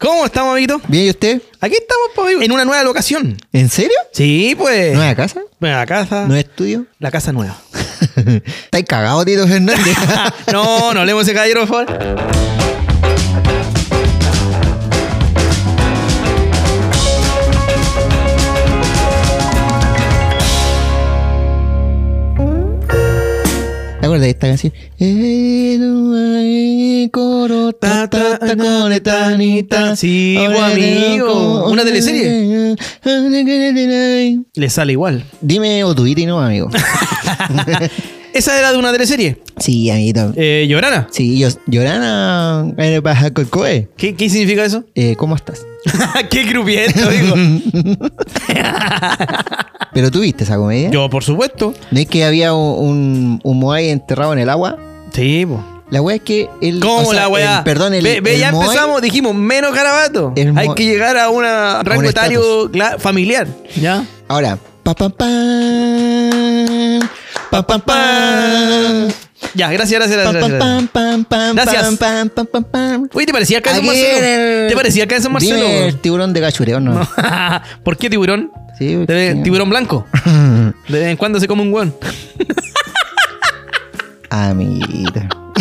¿Cómo estamos, amiguito? ¿Bien y usted? Aquí estamos, pues, amigo, en una nueva locación. ¿En serio? Sí, pues. ¿Nueva casa? Nueva casa. ¿Nuevo estudio? La casa nueva. ¿Estáis cagado, Tito Fernández? No hablemos de ese caballero, por favor. ¿Te acuerdas de esta canción? Sí, amigo. Una teleserie. Le sale igual. Dime o tuite y no, amigo. ¿Esa era de una teleserie? Sí, amiguito. ¿Llorana? Sí, Llorana Pajacocoe. ¿Qué significa eso? ¿Cómo estás? ¡Qué crupiento, digo! ¿Pero tú viste esa comedia? Yo, por supuesto. ¿No es que había un Moai enterrado en el agua? Sí, pues. La weá es que el... ¿Cómo la weá? Perdón, ya Moai, empezamos, dijimos, menos garabato. Hay que llegar a un rango etario familiar. ¿Ya? Ahora, pa pam pam, pa pam pam. Ya, gracias. Gracias. Uy, ¿te parecía el Cabezón Marcelo? ¿Te parecía el Cabezón Marcelo? Dime el tiburón de cachureo, ¿no? ¿Por qué tiburón? Sí, tiburón blanco. De vez en cuando se come un hueón. Amiguito.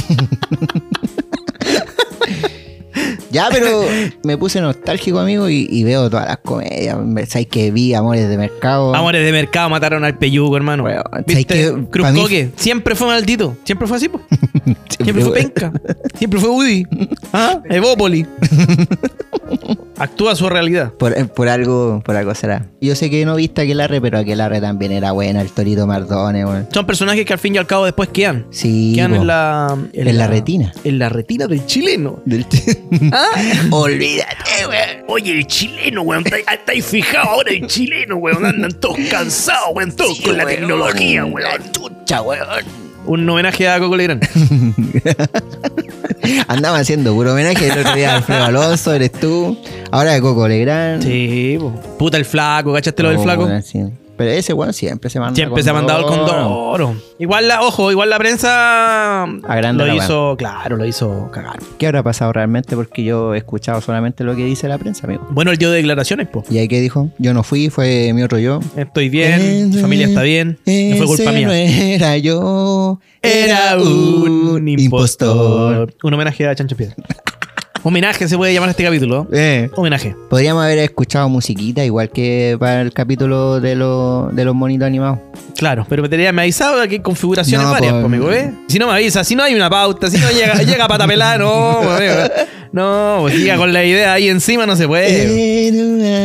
Ya, pero me puse nostálgico, amigo, y veo todas las comedias. ¿Sabes que vi Amores de Mercado? Amores de Mercado mataron al peyuco, hermano. Bueno, ¿viste? Cruzcoque. Siempre fue maldito. Siempre fue así, po. Siempre fue penca. Siempre fue Woody. ¿Ah? Evópoli. Actúa su realidad. Por algo será. Yo sé que no viste Aquelarre, pero Aquelarre también era buena, el Torito Mardone, bueno. Son personajes que al fin y al cabo después quedan. Sí. Quedan en la retina. En la retina del chileno. ¿Ah? Olvídate, weón. Oye, el chileno, weón. Estáis fijados ahora el chileno, weón. Andan todos cansados, weón. Todos sí, con la tecnología, weón. La chucha, weón. Un homenaje a Coco Legrand. Andaba haciendo puro homenaje. El otro día Alfredo Alonso, eres tú. Ahora de Coco Legrand. Sí, po. Puta el flaco, ¿cachaste lo del flaco? Sí. Pero ese weón siempre se manda. Siempre se ha mandado el condoro. Igual la prensa agranda lo hizo, claro, lo hizo cagar. ¿Qué habrá pasado realmente? Porque yo he escuchado solamente lo que dice la prensa, amigo. Bueno, él dio declaraciones, po. ¿Y ahí qué dijo? Yo no fui, fue mi otro yo. Estoy bien, mi familia está bien. No fue culpa mía. No era yo, era un impostor. Un homenaje a Chancho Piedra. Homenaje se puede llamar este capítulo. Homenaje. Podríamos haber escuchado musiquita igual que para el capítulo de los monitos animados. Claro, pero me avisaba que hay configuraciones varias, amigo, ¿eh? Si no me avisa, si no hay una pauta, si no llega pata pelada, no, amigo. No, pues llega con la idea ahí encima, no se puede.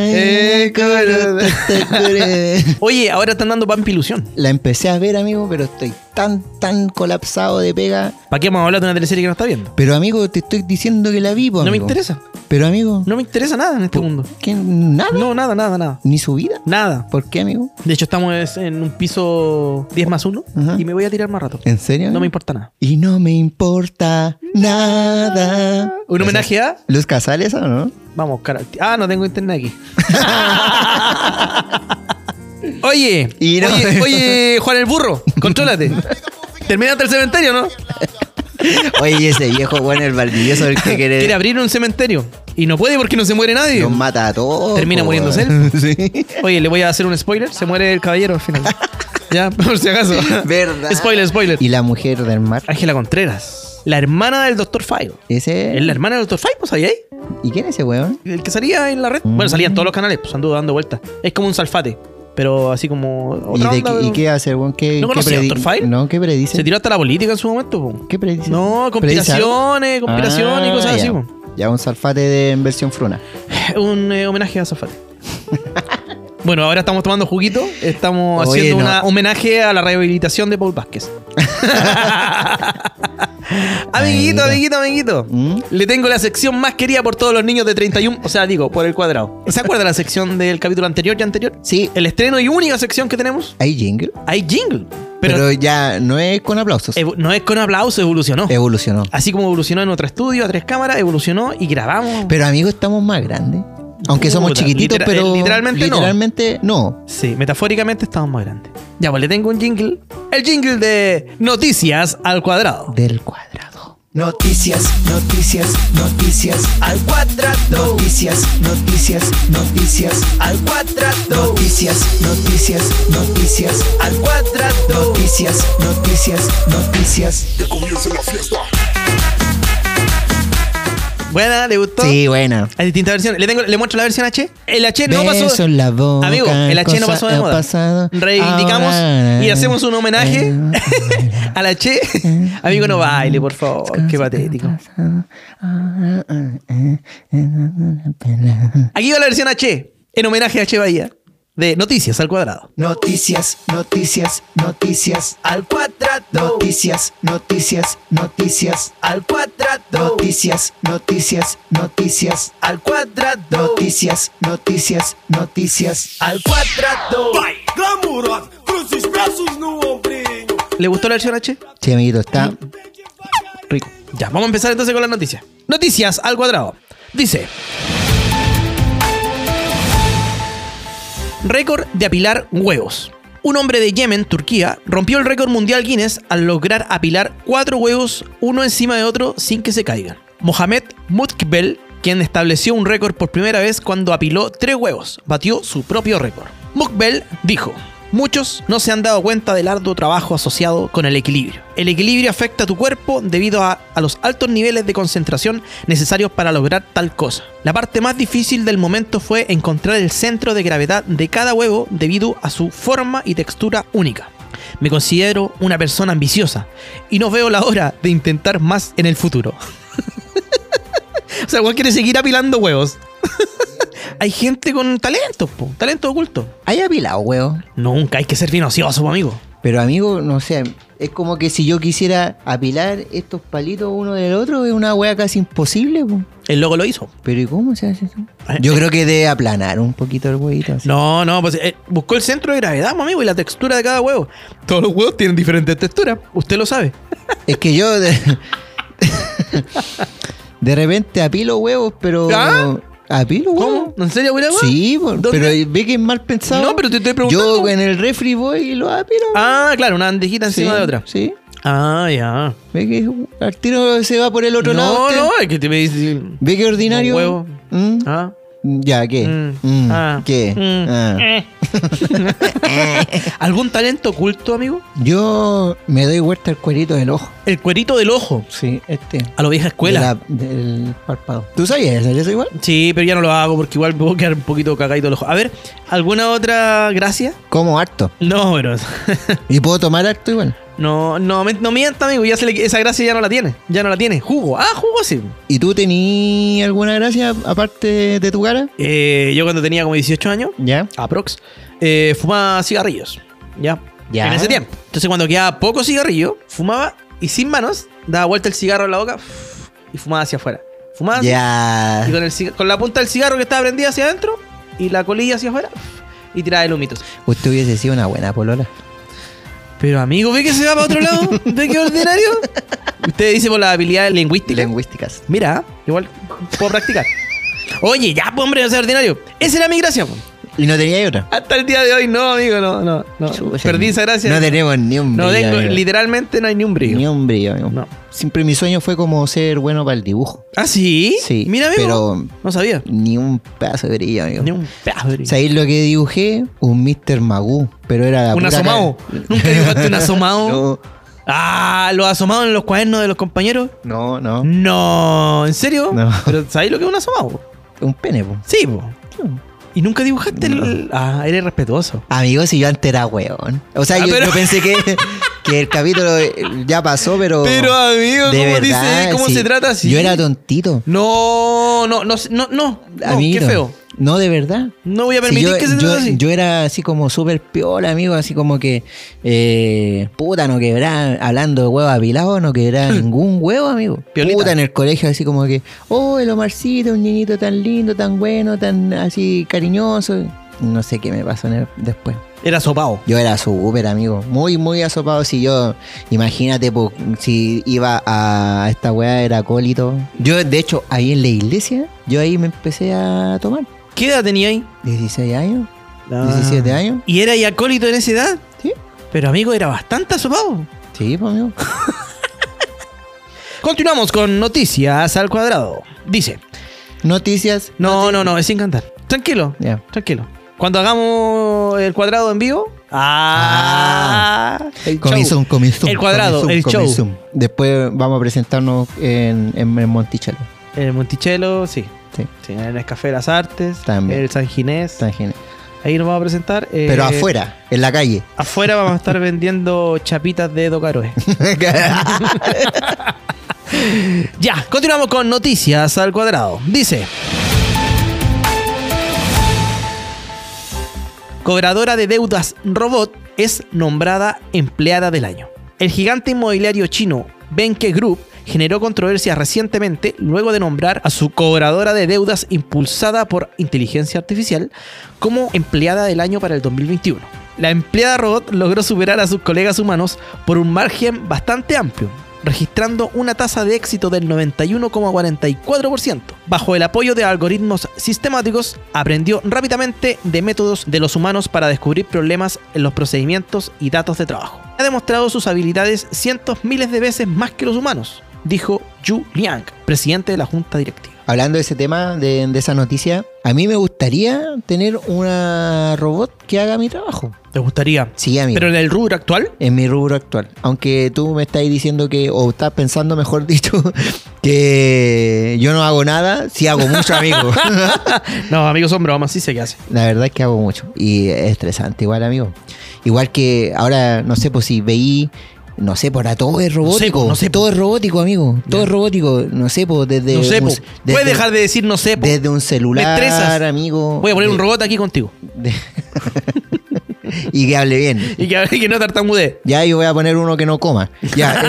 Oye, ahora están dando Pampa Ilusión. La empecé a ver, amigo, pero estoy tan colapsado de pega. ¿Para qué vamos a hablar de una teleserie que no está viendo? Pero, amigo, te estoy diciendo que la vi, po, no amigo. me interesa. Pero, amigo. No me interesa nada en este mundo. ¿Qué? ¿Nada? No, nada. ¿Ni su vida? Nada. ¿Por qué, amigo? De hecho, estamos en un piso 10+1 y me voy a tirar más rato. ¿En serio? No me importa nada. Y no me importa nada. ¿Un homenaje a? ¿Luz Casales o no? Vamos, cara. No tengo internet aquí. Oye, Juan el Burro, contrólate. ¿Terminaste el cementerio, no? Oye, ese viejo Juan el Valdivieso el que quiere abrir un cementerio y no puede porque no se muere nadie. Los mata a todos. Termina muriéndose él. Sí. Oye, le voy a hacer un spoiler. Se muere el caballero al final. Ya, por si acaso. Verdad. Spoiler. ¿Y la mujer del mar? Ángela Contreras. La hermana del Dr. File. ¿Ese? Es la hermana del Dr. File, pues, ¿sabías? ¿Y quién es ese weón? El que salía en la red. Bueno, salía en todos los canales, pues anduvo dando vueltas. Es como un Salfate. Pero así como otra onda, ¿Y qué hace el weón? ¿No conocía a Dr. File? No, ¿qué predice? Se tiró hasta la política en su momento, po. ¿Qué predice? No, conspiraciones y cosas así, po. Ya un Salfate en versión fruna. Un homenaje a Salfate. Bueno, ahora estamos tomando juguito. Estamos haciendo un homenaje a la rehabilitación de Paul Vázquez. Amiguito. Le tengo la sección más querida por todos los niños de 31. O sea, digo, por el cuadrado. ¿Se acuerda la sección del capítulo anterior y anterior? Sí. El estreno y única sección que tenemos. ¿Hay jingle? Hay jingle. Pero ya no es con aplausos. No es con aplausos, evolucionó. Así como evolucionó en nuestro estudio a 3 cámaras, evolucionó y grabamos. Pero, amigos, estamos más grandes. Aunque somos chiquititos, pero literalmente no. Sí, metafóricamente estamos más grandes. Ya, pues le tengo un jingle. El jingle de Noticias al Cuadrado. Del Cuadrado. Noticias, noticias, noticias al cuadrado. Noticias, noticias, noticias al cuadrado. Noticias, noticias, noticias al cuadrado. Noticias, noticias, noticias. Que comience la fiesta. Buena, ¿le gustó? Sí, buena. Hay distintas versiones. Le muestro la versión H. El H no Beso pasó. en la boca, Amigo, el H no pasó de moda. pasado, Reivindicamos ahora, y hacemos un homenaje a la H. Amigo, no baile, por favor. Qué patético. Aquí va la versión H, en homenaje a H Bahía, de Noticias al Cuadrado. Noticias, noticias, noticias al cuadrado. Noticias, noticias, noticias al cuadrado. Noticias, noticias, noticias al cuadrado. Noticias, noticias, noticias al cuadrado. ¿Le gustó la versión H? Sí, amiguito, está rico. Ya, vamos a empezar entonces con las noticias. Noticias al Cuadrado. Dice: récord de apilar huevos. Un hombre de Yemen, Turquía, rompió el récord mundial Guinness al lograr apilar 4 huevos uno encima de otro sin que se caigan. Mohamed Mukbel, quien estableció un récord por primera vez cuando apiló 3 huevos, batió su propio récord. Mukbel dijo: muchos no se han dado cuenta del arduo trabajo asociado con el equilibrio. El equilibrio afecta a tu cuerpo debido a los altos niveles de concentración necesarios para lograr tal cosa. La parte más difícil del momento fue encontrar el centro de gravedad de cada huevo debido a su forma y textura única. Me considero una persona ambiciosa y no veo la hora de intentar más en el futuro. O sea, ¿cuál quiere seguir apilando huevos? Hay gente con talento, talento oculto. ¿Hay apilado, huevo? Nunca, hay que ser bien ocioso, amigo. Pero, amigo, no sé, es como que si yo quisiera apilar estos palitos uno del otro, es una hueá casi imposible, po. El loco lo hizo. Pero ¿y cómo se hace eso? Yo creo que debe aplanar un poquito el huevito. Así. No, pues buscó el centro de gravedad, amigo, y la textura de cada huevo. Todos los huevos tienen diferentes texturas, usted lo sabe. Es que yo de repente apilo huevos, pero... ¿Ah? ¿Apilo, huevos? ¿Cómo? ¿En serio, huevo? Sí, pero ve que es mal pensado. No, pero te estoy preguntando. Yo en el refri voy y lo apilo. Ah, claro, una bandejita encima de otra. Sí. Ah, ya. Ve que al tiro se va por el otro lado. No, es que te me dice... Ve que ordinario. Huevo. ¿Mm? Ah. Ya, ¿qué? ¿Qué? ¿Algún talento oculto, amigo? Yo me doy vuelta el cuerito del ojo. El cuerito del ojo. Sí, A lo vieja escuela. Del párpado. ¿Tú sabías eso igual? Sí, pero ya no lo hago porque igual me puedo quedar un poquito cagadito el ojo. A ver, ¿alguna otra gracia? Como harto. No, pero... ¿Y puedo tomar harto igual? No mienta, amigo. Ya esa gracia ya no la tiene. Ya no la tiene. Jugo. Ah, jugo sí. ¿Y tú tenías alguna gracia aparte de tu cara? Yo cuando tenía como 18 años, ¿Ya? aprox, fumaba cigarrillos. ¿Ya? Ya. En ese tiempo. Entonces cuando quedaba poco cigarrillo, fumaba y sin manos, daba vuelta el cigarro en la boca y fumaba hacia afuera. Fumaba así, Ya. y con la punta del cigarro que estaba prendida hacia adentro y la colilla hacia afuera y tiraba el humito. Usted hubiese sido una buena polola. Pero amigo, ¿ve que se va para otro lado? ¿Ve que ordinario? Usted dice por las habilidades Lingüísticas. Mira, igual puedo practicar. Oye, ya, pues, hombre, no sea ordinario. Esa era mi gracia, pues. ¿Y no tenía otra? Hasta el día de hoy, no, amigo, no. Chucha, Perdí esa gracia. No tenemos ni un brillo. No tengo, amigo. literalmente no hay ni un brillo. Ni un brillo, amigo. No. Siempre mi sueño fue como ser bueno para el dibujo. ¿Ah, sí? Sí. Mira, amigo. Pero no sabía. ni un pedazo de brillo, amigo. Ni un pedazo de brillo. ¿Sabéis lo que dibujé? Un Mr. Magoo. Pero era la ¿Un pura asomado? cara. ¿Nunca dibujaste un asomado? No. Ah, ¿los asomados en los cuadernos de los compañeros? No. No, ¿en serio? No. Pero ¿sabéis lo que es un asomado? Un pene, po. Sí, po. ¿Y nunca dibujaste el...? Ah, eres respetuoso. Amigo, si yo antes era weón. O sea, yo pensé que el capítulo ya pasó, pero... Pero, amigo, de ¿cómo verdad, dice? ¿Cómo sí. se trata así? Yo era tontito. No, Amiguito. qué feo. No, de verdad. No voy a permitir que se trate así. Yo era así como súper piola, amigo, así como que puta, no quebraba, hablando de huevo apilado, no quebraba ningún huevo, amigo. Piolita. Puta, en el colegio así como que, oh, el Omarcito, un niñito tan lindo, tan bueno, tan así cariñoso. No sé qué me pasó después. Era sopao. Yo era súper amigo, muy, muy asopado. Si yo, imagínate, si iba a esta weá, era acólito. Yo, de hecho, ahí en la iglesia, yo ahí me empecé a tomar. ¿Qué edad tenía ahí? 16 años, Ah. 17 años. ¿Y era ya acólito en esa edad? Sí. Pero amigo, era bastante asopado. Sí, pues amigo. Continuamos con Noticias al Cuadrado. Dice... Noticias. No, es sin cantar. Tranquilo, Ya. tranquilo. Cuando hagamos el cuadrado en vivo... el show. Comenzó. El cuadrado, el show. Después vamos a presentarnos en Monticello. El Monticello, sí. Sí. Sí, en el Nescafé de las Artes. También. El San Ginés. Está genial. Ahí nos vamos a presentar. Pero afuera, en la calle. Afuera vamos a estar vendiendo chapitas de Edo Caroe. Ya, continuamos con Noticias al Cuadrado. Dice... Cobradora de deudas robot es nombrada empleada del año. El gigante inmobiliario chino Benke Group generó controversia recientemente luego de nombrar a su cobradora de deudas impulsada por inteligencia artificial como empleada del año para el 2021. La empleada robot logró superar a sus colegas humanos por un margen bastante amplio, registrando una tasa de éxito del 91,44%. Bajo el apoyo de algoritmos sistemáticos, aprendió rápidamente de métodos de los humanos para descubrir problemas en los procedimientos y datos de trabajo. Ha demostrado sus habilidades cientos miles de veces más que los humanos, dijo Yu Liang, presidente de la junta directiva. Hablando de ese tema, de esa noticia, a mí me gustaría tener una robot que haga mi trabajo. ¿Te gustaría? Sí, amigo. Pero en el rubro actual, En mi rubro actual. Aunque tú me estás diciendo que, o estás pensando, mejor dicho, que yo no hago nada, sí hago mucho, amigo. no, amigos, son bromas, sí sé qué hace. La verdad es que hago mucho. Y es estresante igual, amigo. Igual que ahora, no sé, pues si veí... No sé, por todo es robótico. No sé, todo es robótico, amigo. Todo es robótico. No sé, pues desde... No sé, po. desde- Puedes dejar de decir no sé, po. Desde un Me celular, estresas. amigo. Voy a poner un robot aquí contigo. Y que hable bien. Y que no tartamudee. Ya, yo voy a poner uno que no coma. Ya.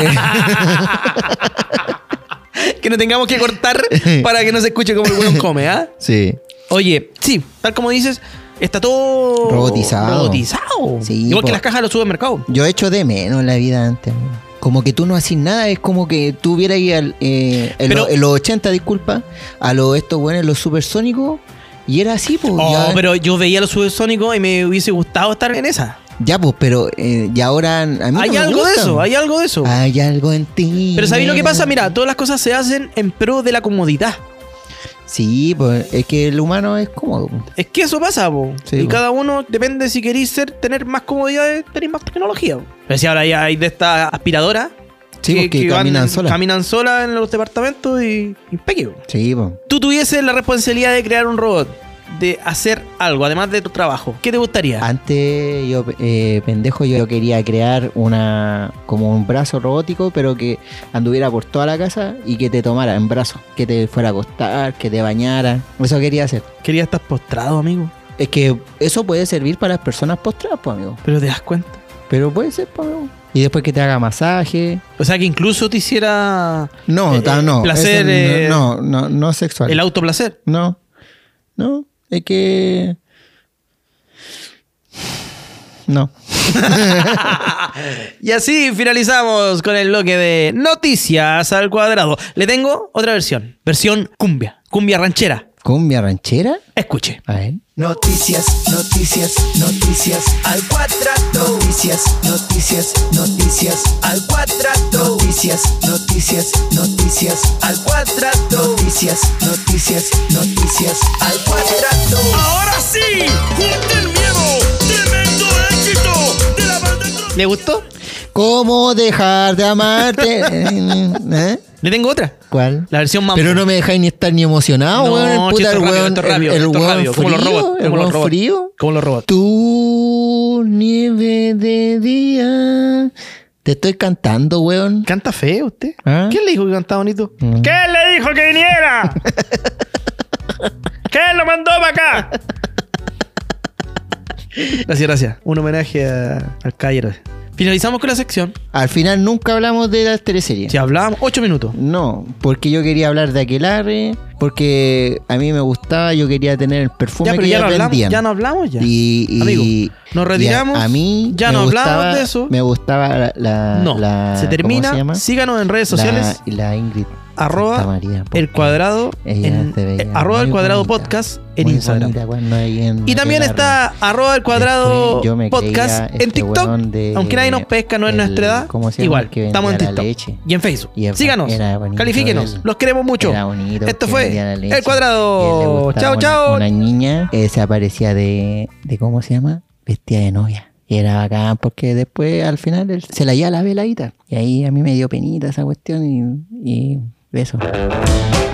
Que no tengamos que cortar para que no se escuche como el weón come, ¿ah? Sí. Oye, sí, tal como dices, está todo Robotizado. Sí, Igual po. que las cajas de los supermercados. Yo he hecho de menos la vida antes, amigo. Como que tú no haces nada, es como que tú hubieras ido en los 80, disculpa, a estos buenos, los supersónicos, y era así, pues. Oh, pero yo veía los supersónicos y me hubiese gustado estar en esa. Ya, pues, pero y ahora a mí no Hay me algo de gusta. eso, hay algo de eso. Hay algo en ti. Pero ¿sabéis lo que nena. pasa? Mira, todas las cosas se hacen en pro de la comodidad. Sí, pues es que el humano es cómodo. Es que eso pasa, po. Sí, Y po. cada uno, depende si queréis tener más comodidades, tenéis más tecnología. Po. Pero si ahora ya hay de estas aspiradoras Sí, porque caminan solas. Caminan solas en los departamentos y impecable. Sí, pues. Tú tuvieses la responsabilidad de crear un robot, de hacer algo, además de tu trabajo. ¿Qué te gustaría? Antes yo, pendejo, yo quería crear como un brazo robótico, pero que anduviera por toda la casa y que te tomara en brazos, que te fuera a acostar, que te bañara. Eso quería hacer. Quería estar postrado, amigo. Es que eso puede servir para las personas postradas, pues, amigo. Pero te das cuenta. Pero puede ser, pues, amigo. Y después que te haga masaje. O sea, que incluso te hiciera No, no. placer, eso no sexual. el autoplacer. No. Es que... No. Y así finalizamos con el bloque de Noticias al Cuadrado. Le tengo otra versión. Versión cumbia. Cumbia ranchera. ¿Cumbia ranchera? Escuche. A ver. Noticias al cuadrado. Noticias al cuadrado. Noticias al cuadrado. Noticias al cuadrado. Ahora sí, junta el miedo, tremendo éxito de la banda. ¿Le gustó? ¿Cómo dejar de amarte? ¿Eh? Le tengo otra. ¿Cuál? La versión mambo. Pero no me dejáis ni estar ni emocionado, No, weón. El puta, esto el es rápido, weón, esto es rápido, el esto es weón rápido, como los frío, robots, el como los weón robots. frío. Como los robots. Tu nieve de día. Te estoy cantando, weón. ¿Canta feo usted? ¿Ah? ¿Quién le dijo que cantaba bonito? Mm. ¿Quién le dijo que viniera? ¿Quién lo mandó para acá? Gracias. Un homenaje al caballero. Finalizamos con la sección. Al final nunca hablamos de las teleseries. Si hablábamos 8 minutos. No, porque yo quería hablar de Aquelarre, porque a mí me gustaba, yo quería tener el perfume Ya, pero que ya ellas no hablamos. vendían. Ya no hablamos ya. Y nos retiramos. y a mí ya me no gustaba, hablamos de eso. Me gustaba No. la Se termina. ¿cómo se llama? Síganos en redes sociales. La Ingrid. arroba Santa María, porque el cuadrado ella en se veía arroba el muy cuadrado bonita, podcast en muy Instagram. bonita cuando ahí en Y también Aquelarre. está arroba el cuadrado Después yo me podcast creía en este TikTok. weón de Aunque nadie nos pesca, no es el- nuestra edad. ¿cómo se llama? Igual, El que estamos en vendía la TikTok leche. y en Facebook. Y Síganos, era bonito, califíquenos, él- los queremos mucho. Era bonito. Esto que fue vendía la leche. el cuadrado. Y a él le gustaba Chao, una- chao. Una niña que se aparecía de ¿cómo se llama? Vestida de novia. Y era bacán porque después al final él se la lleva la veladita. Y ahí a mí me dio penita esa cuestión y eso.